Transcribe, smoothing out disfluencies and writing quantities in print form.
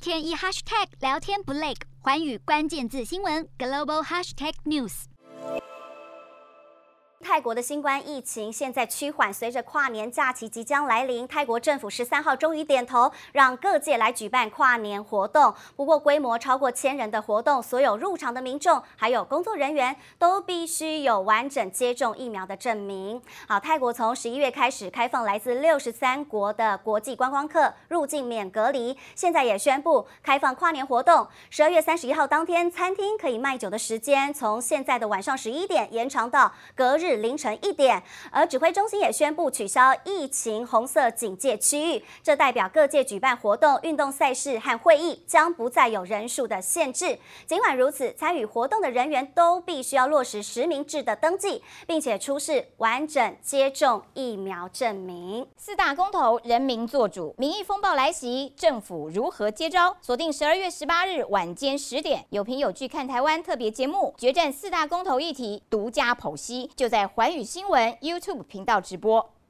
天一 hashtag 聊天不累，寰宇关键字新闻 global hashtag news。 泰国的新冠疫情现在趋缓，随着跨年假期即将来临，泰国政府13号终于点头，让各界来举办跨年活动。不过，规模超过1000人的活动，所有入场的民众还有工作人员都必须有完整接种疫苗的证明。好，泰国从11月开始开放来自63国的国际观光客入境免隔离，现在也宣布开放跨年活动。12月31号当天，餐厅可以卖酒的时间从现在的晚上11点延长到隔日凌晨1点，而指挥中心也宣布取消疫情红色警戒区域，这代表各界举办活动、运动赛事和会议将不再有人数的限制。尽管如此，参与活动的人员都必须要落实实名制的登记，并且出示完整接种疫苗证明。 4大公投，人民做主，民意风暴来袭，政府如何接招？锁定12月18日晚间10点，有凭有据看台湾特别节目，决战4大公投议题，独家剖析，就在寰宇新闻 YouTube 频道直播。